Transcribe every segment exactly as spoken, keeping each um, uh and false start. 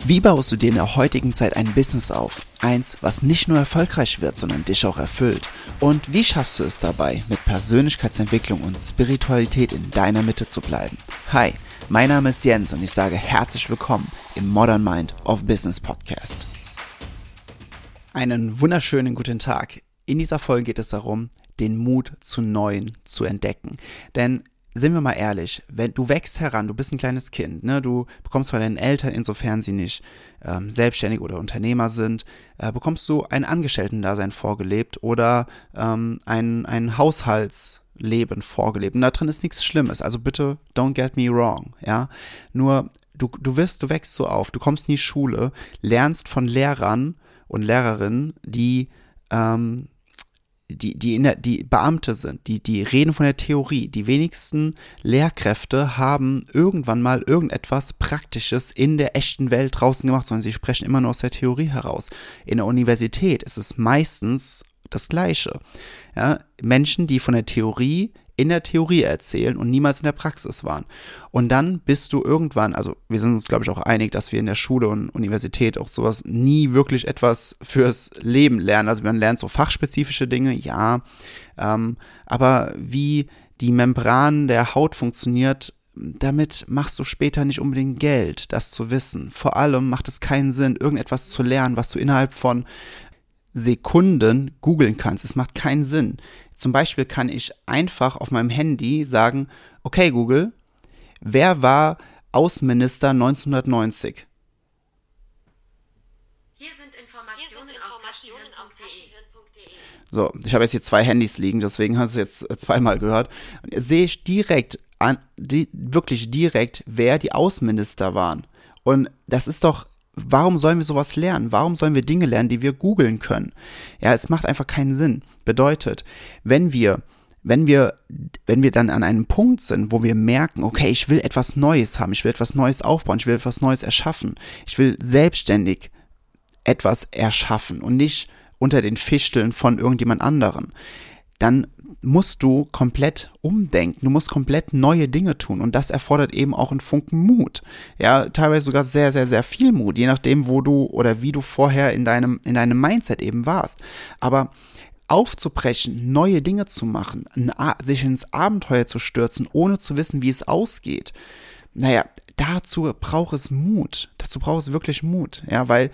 Wie baust du dir in der heutigen Zeit ein Business auf? Eins, was nicht nur erfolgreich wird, sondern dich auch erfüllt. Und wie schaffst du es dabei, mit Persönlichkeitsentwicklung und Spiritualität in deiner Mitte zu bleiben? Hi, mein Name ist Jens und ich sage herzlich willkommen im Modern Mind of Business Podcast. Einen wunderschönen guten Tag. In dieser Folge geht es darum, den Mut zu Neuen zu entdecken. Denn sind wir mal ehrlich, wenn du wächst heran, du bist ein kleines Kind, ne, du bekommst von deinen Eltern, insofern sie nicht ähm, selbstständig oder Unternehmer sind, äh, bekommst du ein Angestellten-Dasein vorgelebt oder ähm, ein, ein Haushaltsleben vorgelebt. Und da drin ist nichts Schlimmes, also bitte don't get me wrong, ja. Nur du, du wirst, du wächst so auf, du kommst in die Schule, lernst von Lehrern und Lehrerinnen, die ähm, die die in der, die Beamte sind, die die reden von der Theorie. Die wenigsten Lehrkräfte haben irgendwann mal irgendetwas Praktisches in der echten Welt draußen gemacht, sondern sie sprechen immer nur aus der Theorie heraus. In der Universität ist es meistens das Gleiche. Ja, Menschen, die von der Theorie in der Theorie erzählen und niemals in der Praxis waren. Und dann bist du irgendwann, also wir sind uns, glaube ich, auch einig, dass wir in der Schule und Universität auch sowas nie wirklich etwas fürs Leben lernen. Also man lernt so fachspezifische Dinge, ja, ähm, aber wie die Membran der Haut funktioniert, damit machst du später nicht unbedingt Geld, das zu wissen. Vor allem macht es keinen Sinn, irgendetwas zu lernen, was du innerhalb von Sekunden googeln kannst. Es macht keinen Sinn. Zum Beispiel kann ich einfach auf meinem Handy sagen, okay Google, wer war Außenminister neunzehnhundertneunzig? Hier sind Informationen, Hier sind Informationen aus taschenhirn punkt de. So, ich habe jetzt hier zwei Handys liegen, deswegen hast du es jetzt zweimal gehört. Und jetzt sehe ich direkt, an, die, wirklich direkt, wer die Außenminister waren. Und das ist doch, warum sollen wir sowas lernen? Warum sollen wir Dinge lernen, die wir googeln können? Ja, es macht einfach keinen Sinn. Bedeutet, wenn wir, wenn wir, wenn wir dann an einem Punkt sind, wo wir merken, okay, ich will etwas Neues haben, ich will etwas Neues aufbauen, ich will etwas Neues erschaffen, ich will selbstständig etwas erschaffen und nicht unter den Fichteln von irgendjemand anderen, dann musst du komplett umdenken, du musst komplett neue Dinge tun und das erfordert eben auch einen Funken Mut, ja, teilweise sogar sehr, sehr, sehr viel Mut, je nachdem, wo du oder wie du vorher in deinem, in deinem Mindset eben warst, aber aufzubrechen, neue Dinge zu machen, sich ins Abenteuer zu stürzen, ohne zu wissen, wie es ausgeht, naja, dazu braucht es Mut, dazu braucht es wirklich Mut, ja, weil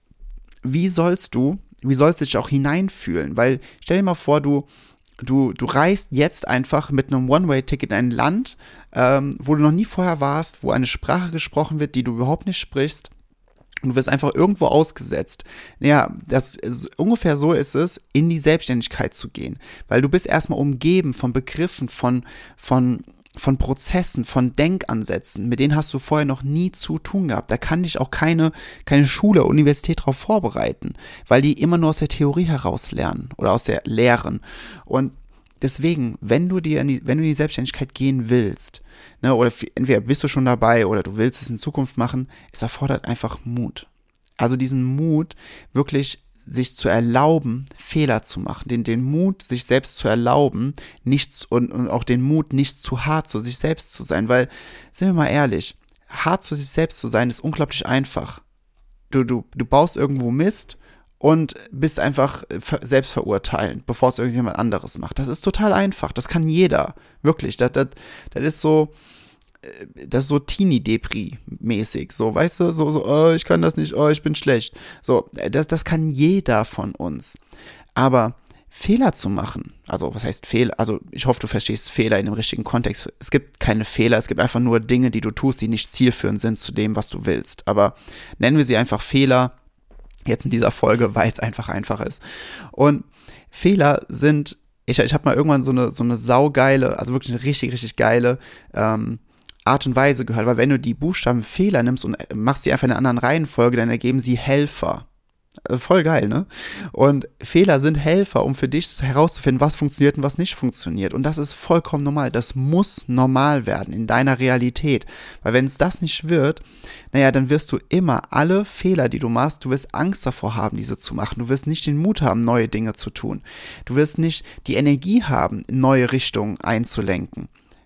wie sollst du, wie sollst du dich auch hineinfühlen, weil stell dir mal vor, du Du, du reist jetzt einfach mit einem One-Way-Ticket in ein Land, ähm, wo du noch nie vorher warst, wo eine Sprache gesprochen wird, die du überhaupt nicht sprichst. Und du wirst einfach irgendwo ausgesetzt. Ja, das ungefähr so ist es, in die Selbstständigkeit zu gehen. Weil du bist erstmal umgeben von Begriffen, von, von, von Prozessen, von Denkansätzen, mit denen hast du vorher noch nie zu tun gehabt. Da kann dich auch keine, keine Schule, Universität darauf vorbereiten, weil die immer nur aus der Theorie heraus lernen oder aus der Lehren. Und deswegen, wenn du dir in die, wenn du in die Selbstständigkeit gehen willst, ne, oder entweder bist du schon dabei oder du willst es in Zukunft machen, es erfordert einfach Mut. Also diesen Mut, wirklich sich zu erlauben, Fehler zu machen, den, den Mut, sich selbst zu erlauben, nicht, und, und auch den Mut, nicht zu hart zu sich selbst zu sein, weil, sind wir mal ehrlich, hart zu sich selbst zu sein, ist unglaublich einfach. Du, du, du baust irgendwo Mist und bist einfach selbst verurteilend, bevor es irgendjemand anderes macht. Das ist total einfach, das kann jeder, wirklich, das, das, das ist so, das ist so Teenie-Depri-mäßig, so, weißt du, so, so, oh, ich kann das nicht, oh, ich bin schlecht. So, das, das kann jeder von uns. Aber Fehler zu machen, also was heißt Fehler, also ich hoffe, du verstehst Fehler in dem richtigen Kontext. Es gibt keine Fehler, es gibt einfach nur Dinge, die du tust, die nicht zielführend sind zu dem, was du willst. Aber nennen wir sie einfach Fehler, jetzt in dieser Folge, weil es einfach einfach ist. Und Fehler sind, ich, ich habe mal irgendwann so eine, so eine saugeile, also wirklich eine richtig, richtig geile, ähm, Art und Weise gehört, weil wenn du die Buchstaben Fehler nimmst und machst sie einfach in einer anderen Reihenfolge, dann ergeben sie Helfer. Also voll geil, ne? Und Fehler sind Helfer, um für dich herauszufinden, was funktioniert und was nicht funktioniert. Und das ist vollkommen normal. Das muss normal werden in deiner Realität. Weil wenn es das nicht wird, naja, dann wirst du immer alle Fehler, die du machst, du wirst Angst davor haben, diese zu machen. Du wirst nicht den Mut haben, neue Dinge zu tun. Du wirst nicht die Energie haben, neue Richtungen einzulenken.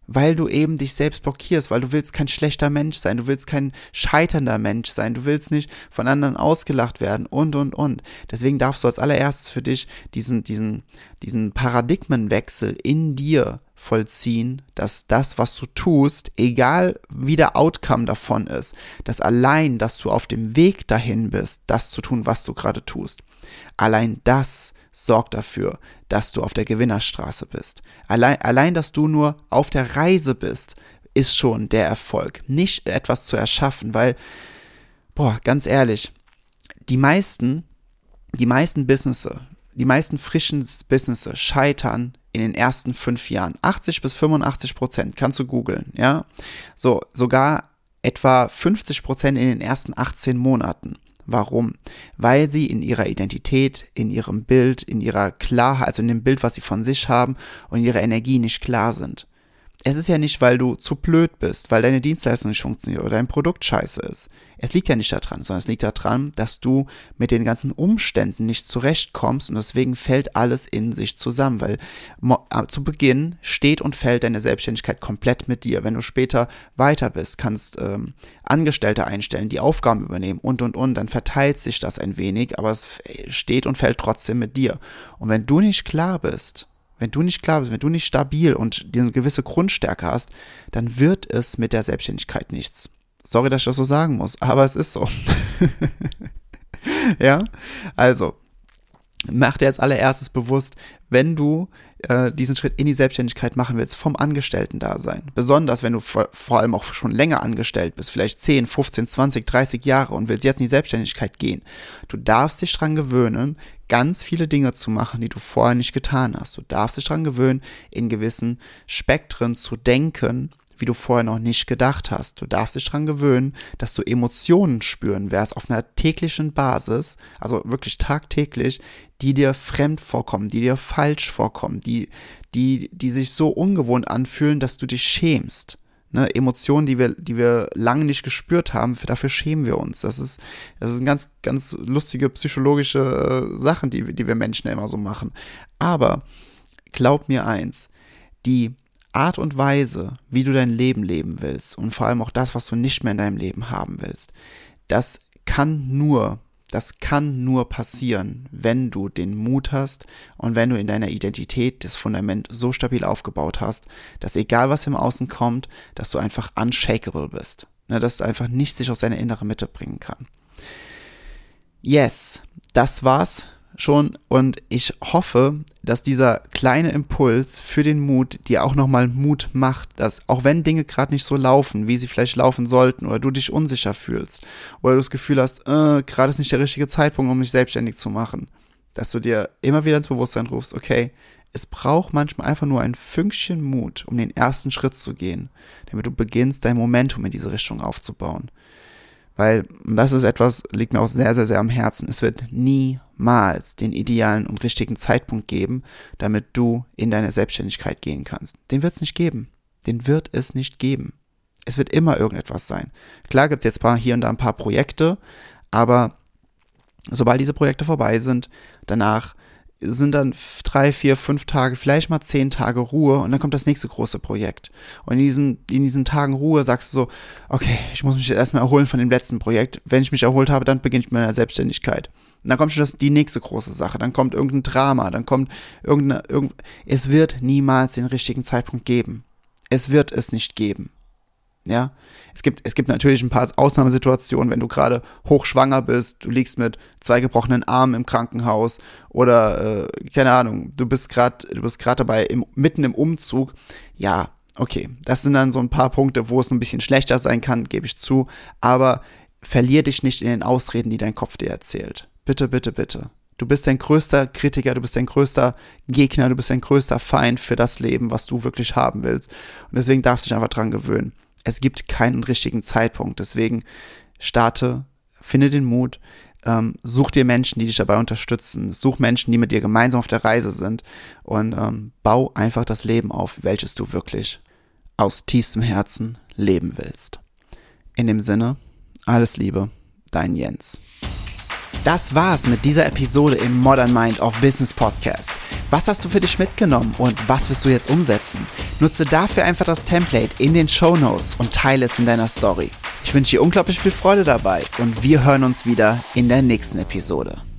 weil du eben dich selbst blockierst, weil du willst kein schlechter Mensch sein, du willst kein scheiternder Mensch sein, du willst nicht von anderen ausgelacht werden und, und, und. Deswegen darfst du als allererstes für dich diesen, diesen, diesen Paradigmenwechsel in dir vollziehen, dass das, was du tust, egal wie der Outcome davon ist, dass allein, dass du auf dem Weg dahin bist, das zu tun, was du gerade tust, allein das sorgt dafür, dass du auf der Gewinnerstraße bist. Allein, allein, dass du nur auf der Reise bist, ist schon der Erfolg. Nicht etwas zu erschaffen, weil, boah, ganz ehrlich, die meisten, die meisten Businesses, die meisten frischen Businesses scheitern in den ersten fünf Jahren. achtzig bis fünfundachtzig Prozent, kannst du googeln, ja. So, sogar etwa fünfzig Prozent in den ersten achtzehn Monaten. Warum? Weil sie in ihrer Identität, in ihrem Bild, in ihrer Klarheit, also in dem Bild, was sie von sich haben und in ihrer Energie nicht klar sind. Es ist ja nicht, weil du zu blöd bist, weil deine Dienstleistung nicht funktioniert oder dein Produkt scheiße ist. Es liegt ja nicht daran, sondern es liegt daran, dass du mit den ganzen Umständen nicht zurechtkommst und deswegen fällt alles in sich zusammen, weil mo- zu Beginn steht und fällt deine Selbstständigkeit komplett mit dir. Wenn du später weiter bist, kannst ähm, Angestellte einstellen, die Aufgaben übernehmen und, und, und, dann verteilt sich das ein wenig, aber es steht und fällt trotzdem mit dir. Und wenn du nicht klar bist, Wenn du nicht klar bist, wenn du nicht stabil und eine gewisse Grundstärke hast, dann wird es mit der Selbstständigkeit nichts. Sorry, dass ich das so sagen muss, aber es ist so. Ja, also, mach dir als allererstes bewusst, wenn du äh, diesen Schritt in die Selbstständigkeit machen willst, vom Angestellten-Dasein, besonders wenn du vor, vor allem auch schon länger angestellt bist, vielleicht zehn, fünfzehn, zwanzig, dreißig Jahre und willst jetzt in die Selbstständigkeit gehen, du darfst dich dran gewöhnen, ganz viele Dinge zu machen, die du vorher nicht getan hast. Du darfst dich dran gewöhnen, in gewissen Spektren zu denken, wie du vorher noch nicht gedacht hast. Du darfst dich dran gewöhnen, dass du Emotionen spüren wirst auf einer täglichen Basis, also wirklich tagtäglich, die dir fremd vorkommen, die dir falsch vorkommen, die, die, die sich so ungewohnt anfühlen, dass du dich schämst. Ne, Emotionen, die wir, die wir lange nicht gespürt haben, für, dafür schämen wir uns. Das ist, das ist ganz, ganz lustige psychologische äh, Sachen, die, die wir Menschen immer so machen. Aber glaub mir eins, die Art und Weise, wie du dein Leben leben willst und vor allem auch das, was du nicht mehr in deinem Leben haben willst, das kann nur, das kann nur passieren, wenn du den Mut hast und wenn du in deiner Identität das Fundament so stabil aufgebaut hast, dass egal was im Außen kommt, dass du einfach unshakable bist, ne, dass einfach nichts sich aus deiner inneren Mitte bringen kann. Yes, das war's schon und ich hoffe, dass dieser kleine Impuls für den Mut dir auch nochmal Mut macht, dass auch wenn Dinge gerade nicht so laufen, wie sie vielleicht laufen sollten oder du dich unsicher fühlst oder du das Gefühl hast, äh, gerade ist nicht der richtige Zeitpunkt, um mich selbstständig zu machen, dass du dir immer wieder ins Bewusstsein rufst, okay, es braucht manchmal einfach nur ein Fünkchen Mut, um den ersten Schritt zu gehen, damit du beginnst, dein Momentum in diese Richtung aufzubauen. Weil das ist etwas, liegt mir auch sehr, sehr, sehr am Herzen. Es wird niemals den idealen und richtigen Zeitpunkt geben, damit du in deine Selbstständigkeit gehen kannst. Den wird es nicht geben. Den wird es nicht geben. Es wird immer irgendetwas sein. Klar gibt es jetzt paar, hier und da ein paar Projekte, aber sobald diese Projekte vorbei sind, danach sind dann drei, vier, fünf Tage, vielleicht mal zehn Tage Ruhe und dann kommt das nächste große Projekt. Und in diesen, in diesen Tagen Ruhe sagst du so, okay, ich muss mich jetzt erstmal erholen von dem letzten Projekt. Wenn ich mich erholt habe, dann beginne ich mit meiner Selbstständigkeit. Und dann kommt schon das, die nächste große Sache, dann kommt irgendein Drama, dann kommt irgendeine, irgend, es wird niemals den richtigen Zeitpunkt geben. Es wird es nicht geben. Ja, es gibt, es gibt natürlich ein paar Ausnahmesituationen, wenn du gerade hochschwanger bist, du liegst mit zwei gebrochenen Armen im Krankenhaus oder, äh, keine Ahnung, du bist gerade, du bist gerade dabei, im, mitten im Umzug. Ja, okay, das sind dann so ein paar Punkte, wo es ein bisschen schlechter sein kann, gebe ich zu, aber verlier dich nicht in den Ausreden, die dein Kopf dir erzählt. Bitte, bitte, bitte. Du bist dein größter Kritiker, du bist dein größter Gegner, du bist dein größter Feind für das Leben, was du wirklich haben willst. Und deswegen darfst du dich einfach dran gewöhnen. Es gibt keinen richtigen Zeitpunkt, deswegen starte, finde den Mut, ähm, such dir Menschen, die dich dabei unterstützen, such Menschen, die mit dir gemeinsam auf der Reise sind und ähm, bau einfach das Leben auf, welches du wirklich aus tiefstem Herzen leben willst. In dem Sinne, alles Liebe, dein Jens. Das war's mit dieser Episode im Modern Mind of Business Podcast. Was hast du für dich mitgenommen und was wirst du jetzt umsetzen? umsetzen. Nutze dafür einfach das Template in den Shownotes und teile es in deiner Story. Ich wünsche dir unglaublich viel Freude dabei und wir hören uns wieder in der nächsten Episode.